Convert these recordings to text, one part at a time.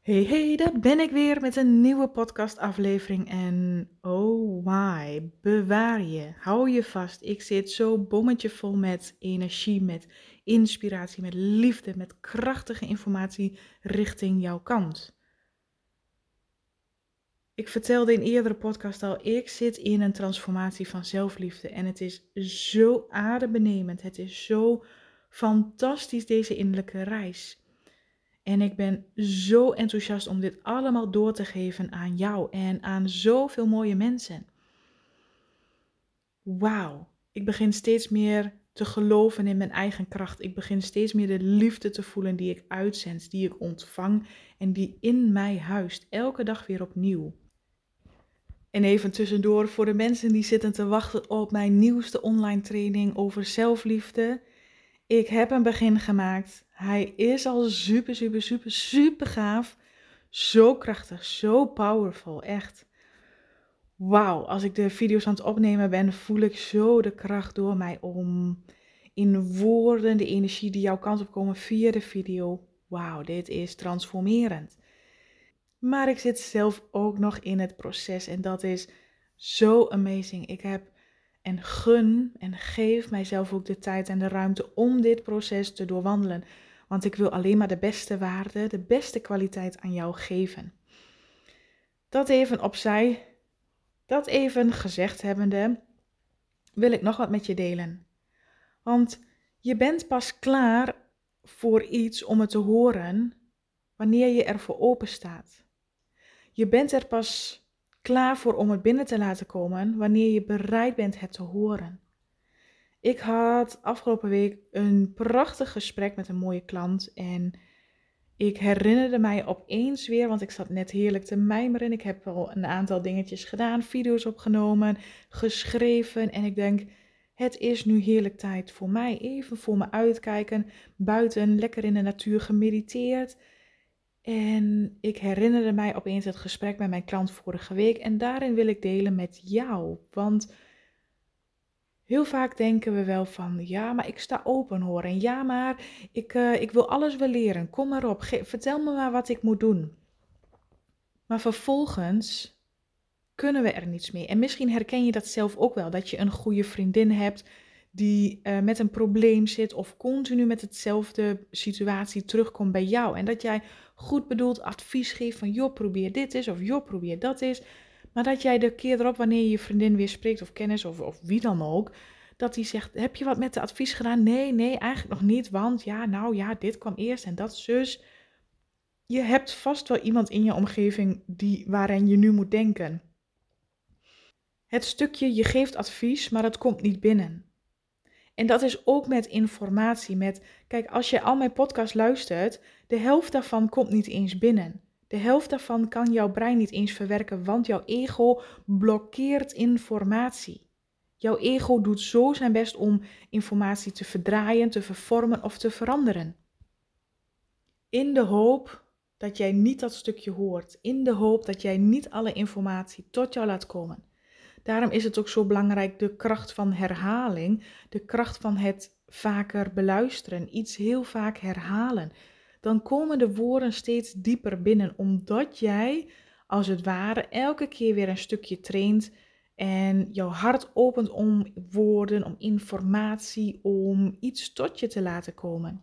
Hey, daar ben ik weer met een nieuwe podcastaflevering en oh my, bewaar je, hou je vast. Ik zit zo bommetje vol met energie, met inspiratie, met liefde, met krachtige informatie richting jouw kant. Ik vertelde in eerdere podcast al, ik zit in een transformatie van zelfliefde en het is zo adembenemend, het is zo fantastisch deze innerlijke reis. En ik ben zo enthousiast om dit allemaal door te geven aan jou en aan zoveel mooie mensen. Wauw, ik begin steeds meer te geloven in mijn eigen kracht. Ik begin steeds meer de liefde te voelen die ik uitzend, die ik ontvang en die in mij huist, elke dag weer opnieuw. En even tussendoor voor de mensen die zitten te wachten op mijn nieuwste online training over zelfliefde. Ik heb een begin gemaakt. Hij is al super gaaf. Zo krachtig, zo powerful, echt. Wauw, als ik de video's aan het opnemen ben, voel ik zo de kracht door mij om. In woorden, de energie die jouw kant op komen via de video. Wauw, dit is transformerend. Maar ik zit zelf ook nog in het proces en dat is zo amazing. Ik heb en gun en geef mijzelf ook de tijd en de ruimte om dit proces te doorwandelen. Want ik wil alleen maar de beste waarde, de beste kwaliteit aan jou geven. Dat even opzij, dat even gezegd hebbende, wil ik nog wat met je delen. Want je bent pas klaar voor iets om het te horen wanneer je ervoor open staat. Je bent er pas klaar voor om het binnen te laten komen wanneer je bereid bent het te horen. Ik had afgelopen week een prachtig gesprek met een mooie klant en ik herinnerde mij opeens weer, want ik zat net heerlijk te mijmeren. Ik heb al een aantal dingetjes gedaan, video's opgenomen, geschreven en ik denk, het is nu heerlijk tijd voor mij. Even voor me uitkijken, buiten, lekker in de natuur gemediteerd. En ik herinnerde mij opeens het gesprek met mijn klant vorige week en daarin wil ik delen met jou. Want heel vaak denken we wel van, ja, maar ik sta open hoor. En ja, maar ik wil alles wel leren. Kom maar op, vertel me maar wat ik moet doen. Maar vervolgens kunnen we er niets mee. En misschien herken je dat zelf ook wel. Dat je een goede vriendin hebt die met een probleem zit of continu met hetzelfde situatie terugkomt bij jou. En dat jij goed bedoeld advies geeft van, joh, probeer dit eens of joh, probeer dat eens. Maar dat jij de keer erop, wanneer je je vriendin weer spreekt of kennis of wie dan ook, dat die zegt, heb je wat met de advies gedaan? Nee, eigenlijk nog niet, want ja, dit kwam eerst en dat zus. Je hebt vast wel iemand in je omgeving waaraan je nu moet denken. Het stukje, je geeft advies, maar het komt niet binnen. En dat is ook met informatie. Kijk, als je al mijn podcast luistert, de helft daarvan komt niet eens binnen. De helft daarvan kan jouw brein niet eens verwerken, want jouw ego blokkeert informatie. Jouw ego doet zo zijn best om informatie te verdraaien, te vervormen of te veranderen. In de hoop dat jij niet dat stukje hoort. In de hoop dat jij niet alle informatie tot jou laat komen. Daarom is het ook zo belangrijk de kracht van herhaling, de kracht van het vaker beluisteren, iets heel vaak herhalen. Dan komen de woorden steeds dieper binnen, omdat jij als het ware elke keer weer een stukje traint en jouw hart opent om woorden, om informatie, om iets tot je te laten komen.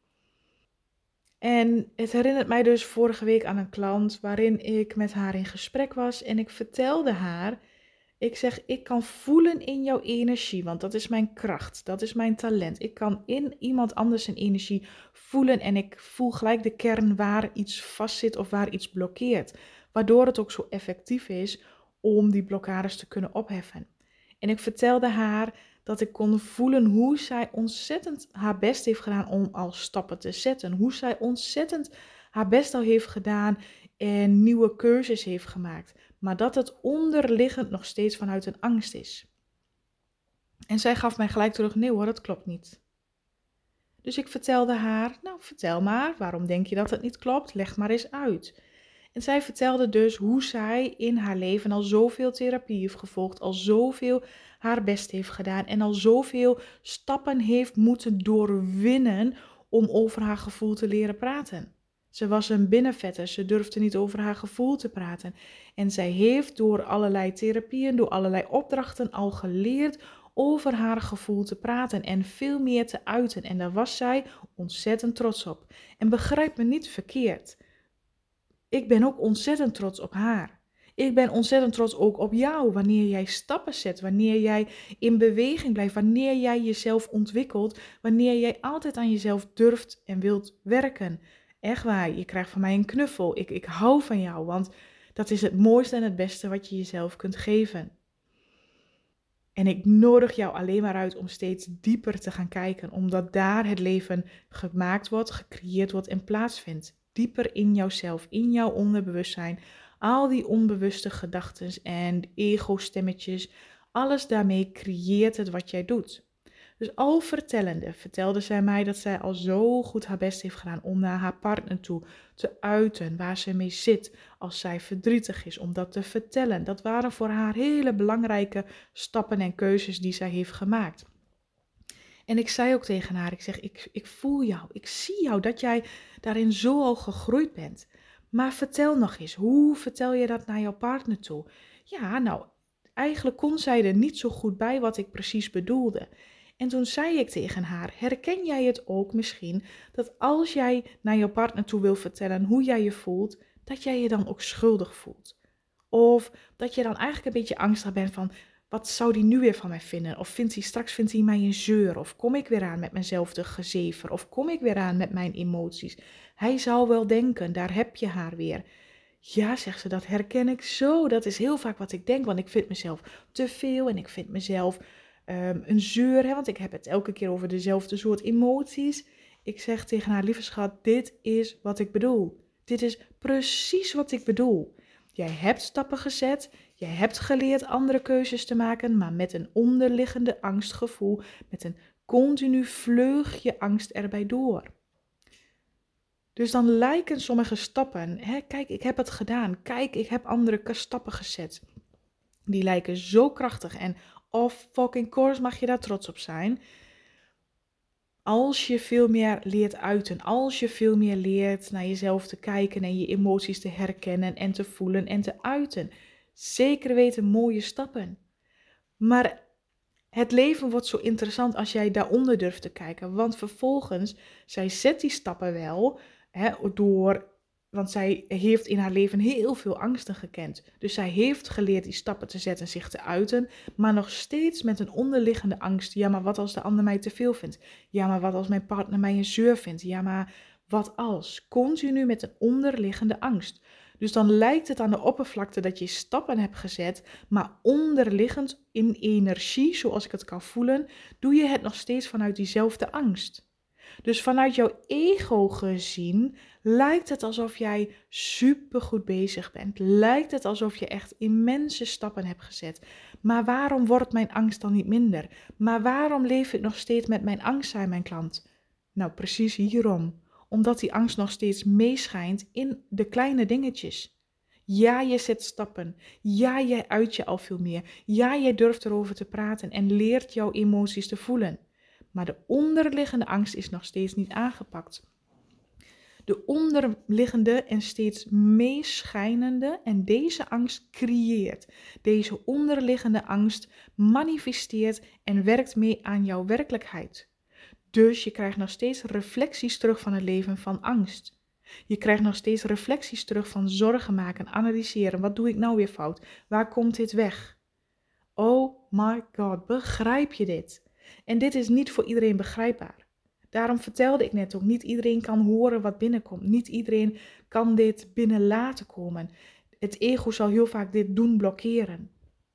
En het herinnert mij dus vorige week aan een klant waarin ik met haar in gesprek was en ik vertelde haar, ik zeg, ik kan voelen in jouw energie, want dat is mijn kracht, dat is mijn talent. Ik kan in iemand anders zijn energie voelen en ik voel gelijk de kern waar iets vastzit of waar iets blokkeert. Waardoor het ook zo effectief is om die blokkades te kunnen opheffen. En ik vertelde haar dat ik kon voelen hoe zij ontzettend haar best heeft gedaan om al stappen te zetten. Hoe zij ontzettend haar best al heeft gedaan en nieuwe keuzes heeft gemaakt. Maar dat het onderliggend nog steeds vanuit een angst is. En zij gaf mij gelijk terug, nee hoor, dat klopt niet. Dus ik vertelde haar, nou vertel maar, waarom denk je dat het niet klopt? Leg maar eens uit. En zij vertelde dus hoe zij in haar leven al zoveel therapie heeft gevolgd, al zoveel haar best heeft gedaan en al zoveel stappen heeft moeten doorwinnen om over haar gevoel te leren praten. Ze was een binnenvetter, ze durfde niet over haar gevoel te praten. En zij heeft door allerlei therapieën, door allerlei opdrachten al geleerd over haar gevoel te praten en veel meer te uiten. En daar was zij ontzettend trots op. En begrijp me niet verkeerd. Ik ben ook ontzettend trots op haar. Ik ben ontzettend trots ook op jou, wanneer jij stappen zet, wanneer jij in beweging blijft, wanneer jij jezelf ontwikkelt, wanneer jij altijd aan jezelf durft en wilt werken. Echt waar, je krijgt van mij een knuffel. Ik hou van jou, want dat is het mooiste en het beste wat je jezelf kunt geven. En ik nodig jou alleen maar uit om steeds dieper te gaan kijken, omdat daar het leven gemaakt wordt, gecreëerd wordt en plaatsvindt. Dieper in jouzelf, in jouw onderbewustzijn. Al die onbewuste gedachten en ego-stemmetjes, alles daarmee creëert het wat jij doet. Dus al vertelde zij mij dat zij al zo goed haar best heeft gedaan om naar haar partner toe te uiten waar ze mee zit als zij verdrietig is, om dat te vertellen. Dat waren voor haar hele belangrijke stappen en keuzes die zij heeft gemaakt. En ik zei ook tegen haar, ik voel jou, ik zie jou, dat jij daarin zo al gegroeid bent. Maar vertel nog eens, hoe vertel je dat naar jouw partner toe? Ja, nou, eigenlijk kon zij er niet zo goed bij wat ik precies bedoelde. En toen zei ik tegen haar, herken jij het ook misschien, dat als jij naar jouw partner toe wil vertellen hoe jij je voelt, dat jij je dan ook schuldig voelt? Of dat je dan eigenlijk een beetje angstig bent van, wat zou die nu weer van mij vinden? Of vindt hij mij een zeur? Of kom ik weer aan met mijnzelfde gezever? Of kom ik weer aan met mijn emoties? Hij zou wel denken, daar heb je haar weer. Ja, zegt ze, dat herken ik zo. Dat is heel vaak wat ik denk, want ik vind mezelf te veel en ik vind mezelf een zeur, hè, want ik heb het elke keer over dezelfde soort emoties. Ik zeg tegen haar, lieve schat, dit is wat ik bedoel. Dit is precies wat ik bedoel. Jij hebt stappen gezet, jij hebt geleerd andere keuzes te maken, maar met een onderliggende angstgevoel, met een continu vleugje angst erbij door. Dus dan lijken sommige stappen, kijk, ik heb het gedaan, kijk, ik heb andere stappen gezet. Die lijken zo krachtig en of fucking course mag je daar trots op zijn. Als je veel meer leert uiten, als je veel meer leert naar jezelf te kijken en je emoties te herkennen en te voelen en te uiten. Zeker weten mooie stappen. Maar het leven wordt zo interessant als jij daaronder durft te kijken. Want vervolgens, zij zet die stappen wel, want zij heeft in haar leven heel veel angsten gekend. Dus zij heeft geleerd die stappen te zetten, zich te uiten, maar nog steeds met een onderliggende angst. Ja, maar wat als de ander mij te veel vindt? Ja, maar wat als mijn partner mij een zeur vindt? Ja, maar wat als? Continu met een onderliggende angst. Dus dan lijkt het aan de oppervlakte dat je stappen hebt gezet, maar onderliggend in energie, zoals ik het kan voelen, doe je het nog steeds vanuit diezelfde angst. Dus vanuit jouw ego gezien lijkt het alsof jij supergoed bezig bent. Lijkt het alsof je echt immense stappen hebt gezet. Maar waarom wordt mijn angst dan niet minder? Maar waarom leef ik nog steeds met mijn angst, zei mijn klant? Nou, precies hierom. Omdat die angst nog steeds meeschijnt in de kleine dingetjes. Ja, je zet stappen. Ja, jij uit je al veel meer. Ja, jij durft erover te praten en leert jouw emoties te voelen. Maar de onderliggende angst is nog steeds niet aangepakt. De onderliggende en steeds meeschijnende en deze angst creëert. Deze onderliggende angst manifesteert en werkt mee aan jouw werkelijkheid. Dus je krijgt nog steeds reflecties terug van het leven van angst. Je krijgt nog steeds reflecties terug van zorgen maken, analyseren. Wat doe ik nou weer fout? Waar komt dit weg? Oh my god, begrijp je dit? En dit is niet voor iedereen begrijpbaar. Daarom vertelde ik net ook, niet iedereen kan horen wat binnenkomt. Niet iedereen kan dit binnen laten komen. Het ego zal heel vaak dit doen blokkeren.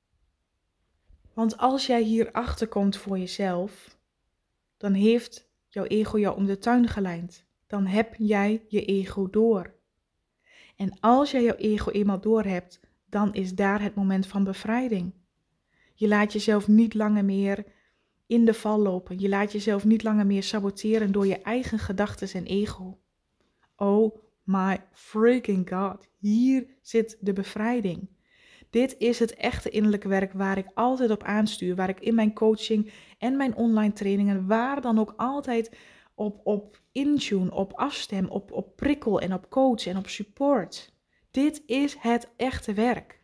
Want als jij hierachter komt voor jezelf, dan heeft jouw ego jou om de tuin geleid. Dan heb jij je ego door. En als jij jouw ego eenmaal door hebt, dan is daar het moment van bevrijding. Je laat jezelf niet langer meer in de val lopen. Je laat jezelf niet langer meer saboteren door je eigen gedachten en ego. Oh my freaking god, hier zit de bevrijding. Dit is het echte innerlijke werk waar ik altijd op aanstuur, waar ik in mijn coaching en mijn online trainingen, waar dan ook altijd op intune, op afstem, op prikkel en op coach en op support. Dit is het echte werk.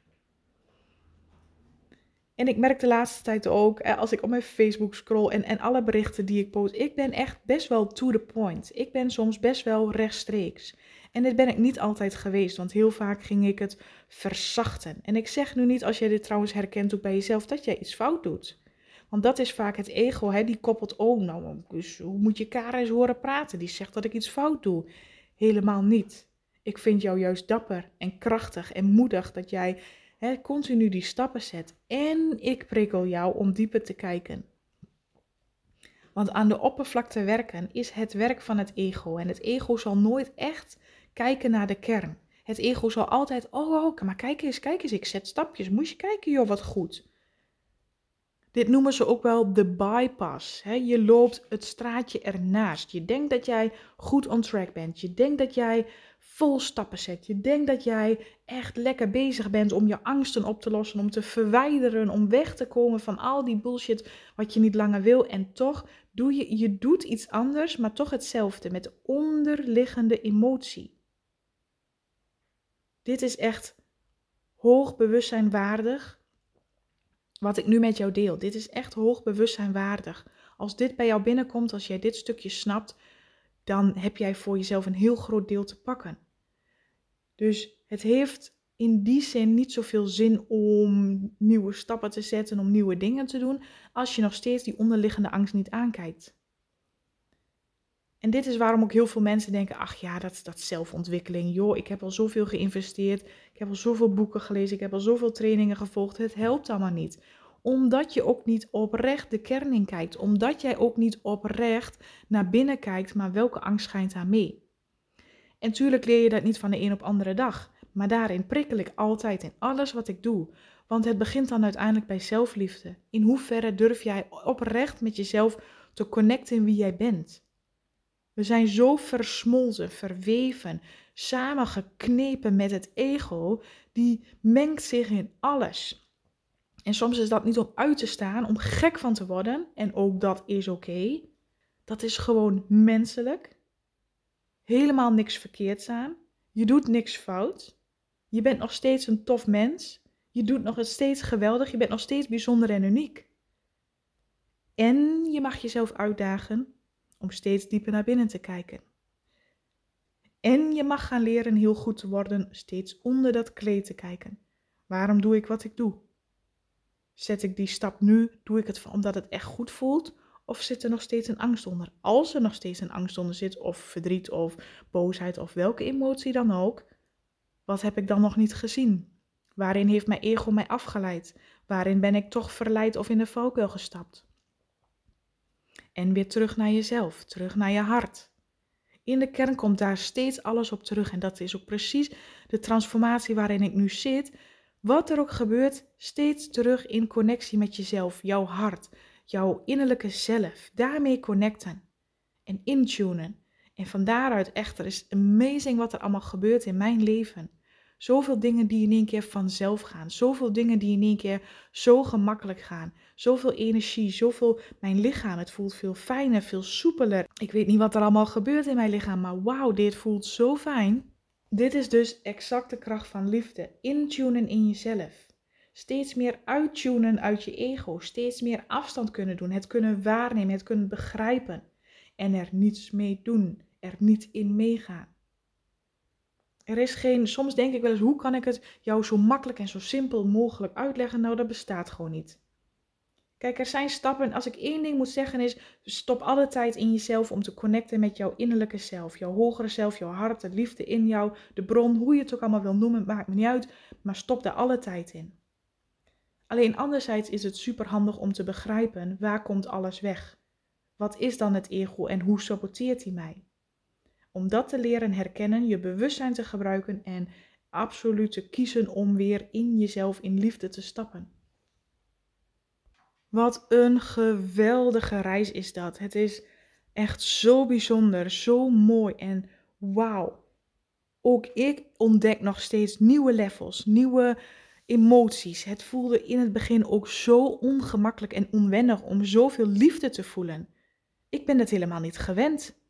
En ik merk de laatste tijd ook, als ik op mijn Facebook scroll en alle berichten die ik post, ik ben echt best wel to the point. Ik ben soms best wel rechtstreeks. En dit ben ik niet altijd geweest, want heel vaak ging ik het verzachten. En ik zeg nu niet, als jij dit trouwens herkent ook bij jezelf, dat jij iets fout doet. Want dat is vaak het ego, hè? Die koppelt, oh nou, dus hoe moet je Kara eens horen praten? Die zegt dat ik iets fout doe. Helemaal niet. Ik vind jou juist dapper en krachtig en moedig dat jij continu die stappen zet. En ik prikkel jou om dieper te kijken. Want aan de oppervlakte werken is het werk van het ego. En het ego zal nooit echt kijken naar de kern. Het ego zal altijd, oh, maar kijk eens, ik zet stapjes. Moet je kijken, joh, wat goed. Dit noemen ze ook wel de bypass. Je loopt het straatje ernaast. Je denkt dat jij goed on track bent. Je denkt dat jij vol stappen zet. Je denkt dat jij echt lekker bezig bent om je angsten op te lossen, om te verwijderen, om weg te komen van al die bullshit wat je niet langer wil. En toch doe je doet iets anders, maar toch hetzelfde met onderliggende emotie. Dit is echt hoog bewustzijn waardig. Wat ik nu met jou deel, dit is echt hoog bewustzijn waardig. Als dit bij jou binnenkomt, als jij dit stukje snapt, dan heb jij voor jezelf een heel groot deel te pakken. Dus het heeft in die zin niet zoveel zin om nieuwe stappen te zetten, om nieuwe dingen te doen, als je nog steeds die onderliggende angst niet aankijkt. En dit is waarom ook heel veel mensen denken, ach ja, dat is zelfontwikkeling. Joh, ik heb al zoveel geïnvesteerd, ik heb al zoveel boeken gelezen, ik heb al zoveel trainingen gevolgd. Het helpt allemaal niet. Omdat je ook niet oprecht de kern in kijkt. Omdat jij ook niet oprecht naar binnen kijkt, maar welke angst schijnt daar mee. En tuurlijk leer je dat niet van de een op andere dag. Maar daarin prikkel ik altijd in alles wat ik doe. Want het begint dan uiteindelijk bij zelfliefde. In hoeverre durf jij oprecht met jezelf te connecten in wie jij bent? We zijn zo versmolten, verweven, samengeknepen met het ego, die mengt zich in alles. En soms is dat niet om uit te staan, om gek van te worden, en ook dat is oké. Dat is gewoon menselijk. Helemaal niks verkeerds aan. Je doet niks fout. Je bent nog steeds een tof mens. Je doet nog steeds geweldig. Je bent nog steeds bijzonder en uniek. En je mag jezelf uitdagen om steeds dieper naar binnen te kijken. En je mag gaan leren heel goed te worden, steeds onder dat kleed te kijken. Waarom doe ik wat ik doe? Zet ik die stap nu, doe ik het omdat het echt goed voelt? Of zit er nog steeds een angst onder? Als er nog steeds een angst onder zit, of verdriet, of boosheid, of welke emotie dan ook, wat heb ik dan nog niet gezien? Waarin heeft mijn ego mij afgeleid? Waarin ben ik toch verleid of in de valkuil gestapt? En weer terug naar jezelf, terug naar je hart. In de kern komt daar steeds alles op terug. En dat is ook precies de transformatie waarin ik nu zit. Wat er ook gebeurt, steeds terug in connectie met jezelf, jouw hart, jouw innerlijke zelf. Daarmee connecten en intunen. En van daaruit echt, er is amazing wat er allemaal gebeurt in mijn leven. Zoveel dingen die in één keer vanzelf gaan. Zoveel dingen die in één keer zo gemakkelijk gaan. Zoveel energie, zoveel mijn lichaam. Het voelt veel fijner, veel soepeler. Ik weet niet wat er allemaal gebeurt in mijn lichaam, maar wauw, dit voelt zo fijn. Dit is dus exact de kracht van liefde. Intunen in jezelf. Steeds meer uittunen uit je ego. Steeds meer afstand kunnen doen. Het kunnen waarnemen, het kunnen begrijpen. En er niets mee doen. Er niet in meegaan. Er is geen, soms denk ik wel eens, hoe kan ik het jou zo makkelijk en zo simpel mogelijk uitleggen? Nou, dat bestaat gewoon niet. Kijk, er zijn stappen. Als ik één ding moet zeggen is, stop alle tijd in jezelf om te connecten met jouw innerlijke zelf. Jouw hogere zelf, jouw hart, de liefde in jou, de bron, hoe je het ook allemaal wil noemen, maakt me niet uit. Maar stop daar alle tijd in. Alleen anderzijds is het superhandig om te begrijpen, waar komt alles weg? Wat is dan het ego en hoe saboteert hij mij? Om dat te leren herkennen, je bewustzijn te gebruiken en absoluut te kiezen om weer in jezelf in liefde te stappen. Wat een geweldige reis is dat. Het is echt zo bijzonder, zo mooi en wauw. Ook ik ontdek nog steeds nieuwe levels, nieuwe emoties. Het voelde in het begin ook zo ongemakkelijk en onwennig om zoveel liefde te voelen. Ik ben het helemaal niet gewend.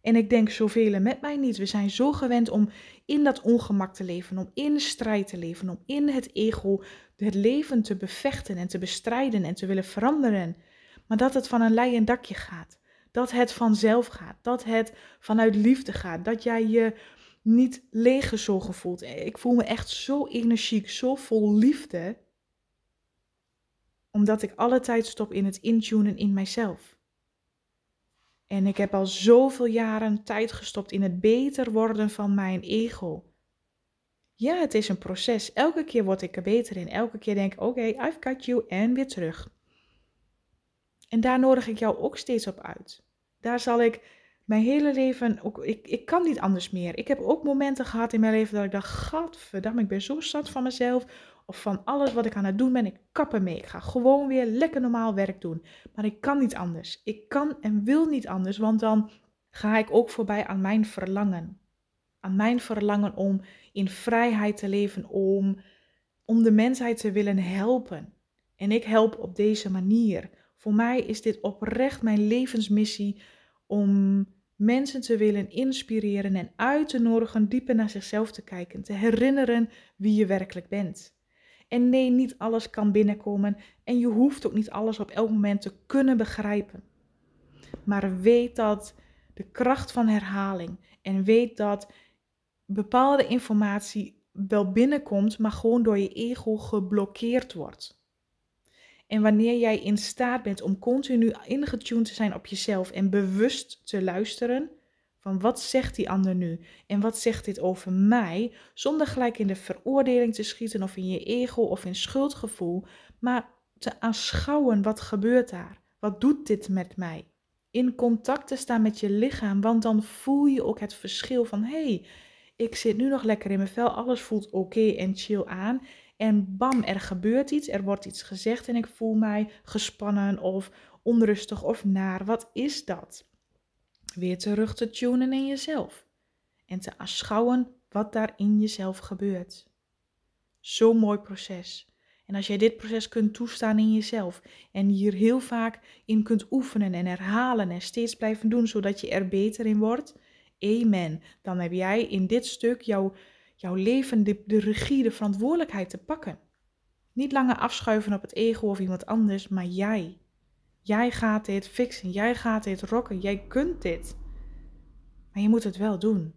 En ik denk zoveel met mij niet. We zijn zo gewend om in dat ongemak te leven, om in strijd te leven, om in het ego het leven te bevechten en te bestrijden en te willen veranderen. Maar dat het van een leien dakje gaat. Dat het vanzelf gaat. Dat het vanuit liefde gaat. Dat jij je niet leeggezogen voelt. Ik voel me echt zo energiek, zo vol liefde. Omdat ik alle tijd stop in het intunen in mijzelf. En ik heb al zoveel jaren tijd gestopt in het beter worden van mijn ego. Ja, het is een proces. Elke keer word ik er beter in. Elke keer denk ik, oké, I've got you en weer terug. En daar nodig ik jou ook steeds op uit. Daar zal ik mijn hele leven, ik kan niet anders meer. Ik heb ook momenten gehad in mijn leven dat ik dacht, gadverdamme, ik ben zo zat van mezelf. Of van alles wat ik aan het doen ben, ik kap ermee. Ik ga gewoon weer lekker normaal werk doen. Maar ik kan niet anders. Ik kan en wil niet anders, want dan ga ik ook voorbij aan mijn verlangen. Aan mijn verlangen om in vrijheid te leven, om de mensheid te willen helpen. En ik help op deze manier. Voor mij is dit oprecht mijn levensmissie om mensen te willen inspireren en uit te nodigen dieper naar zichzelf te kijken. Te herinneren wie je werkelijk bent. En nee, niet alles kan binnenkomen en je hoeft ook niet alles op elk moment te kunnen begrijpen. Maar weet dat de kracht van herhaling en weet dat bepaalde informatie wel binnenkomt, maar gewoon door je ego geblokkeerd wordt. En wanneer jij in staat bent om continu ingetuned te zijn op jezelf en bewust te luisteren van wat zegt die ander nu en wat zegt dit over mij, zonder gelijk in de veroordeling te schieten of in je ego of in schuldgevoel, maar te aanschouwen wat gebeurt daar, wat doet dit met mij. In contact te staan met je lichaam, want dan voel je ook het verschil van hey, ik zit nu nog lekker in mijn vel, alles voelt oké en chill aan. En bam, er gebeurt iets, er wordt iets gezegd en ik voel mij gespannen of onrustig of naar. Wat is dat? Weer terug te tunen in jezelf. En te aanschouwen wat daar in jezelf gebeurt. Zo'n mooi proces. En als jij dit proces kunt toestaan in jezelf en hier heel vaak in kunt oefenen en herhalen en steeds blijven doen zodat je er beter in wordt, amen. Dan heb jij in dit stuk jouw leven de regie, de verantwoordelijkheid te pakken. Niet langer afschuiven op het ego of iemand anders, maar jij. Jij gaat dit fixen, jij gaat dit rocken, jij kunt dit. Maar je moet het wel doen.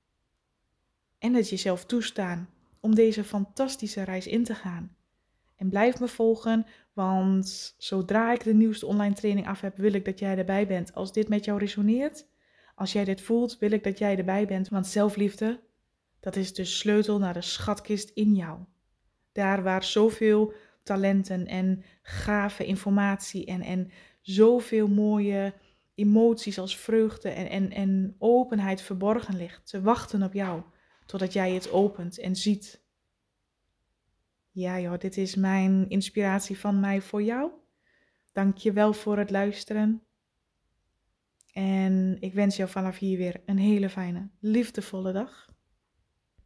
En het jezelf toestaan om deze fantastische reis in te gaan. En blijf me volgen, want zodra ik de nieuwste online training af heb, wil ik dat jij erbij bent. Als dit met jou resoneert, als jij dit voelt, wil ik dat jij erbij bent. Want zelfliefde, dat is de sleutel naar de schatkist in jou. Daar waar zoveel talenten en gave informatie en zoveel mooie emoties als vreugde en openheid verborgen ligt. Te wachten op jou, totdat jij het opent en ziet. Ja joh, dit is mijn inspiratie van mij voor jou. Dank je wel voor het luisteren. En ik wens jou vanaf hier weer een hele fijne, liefdevolle dag.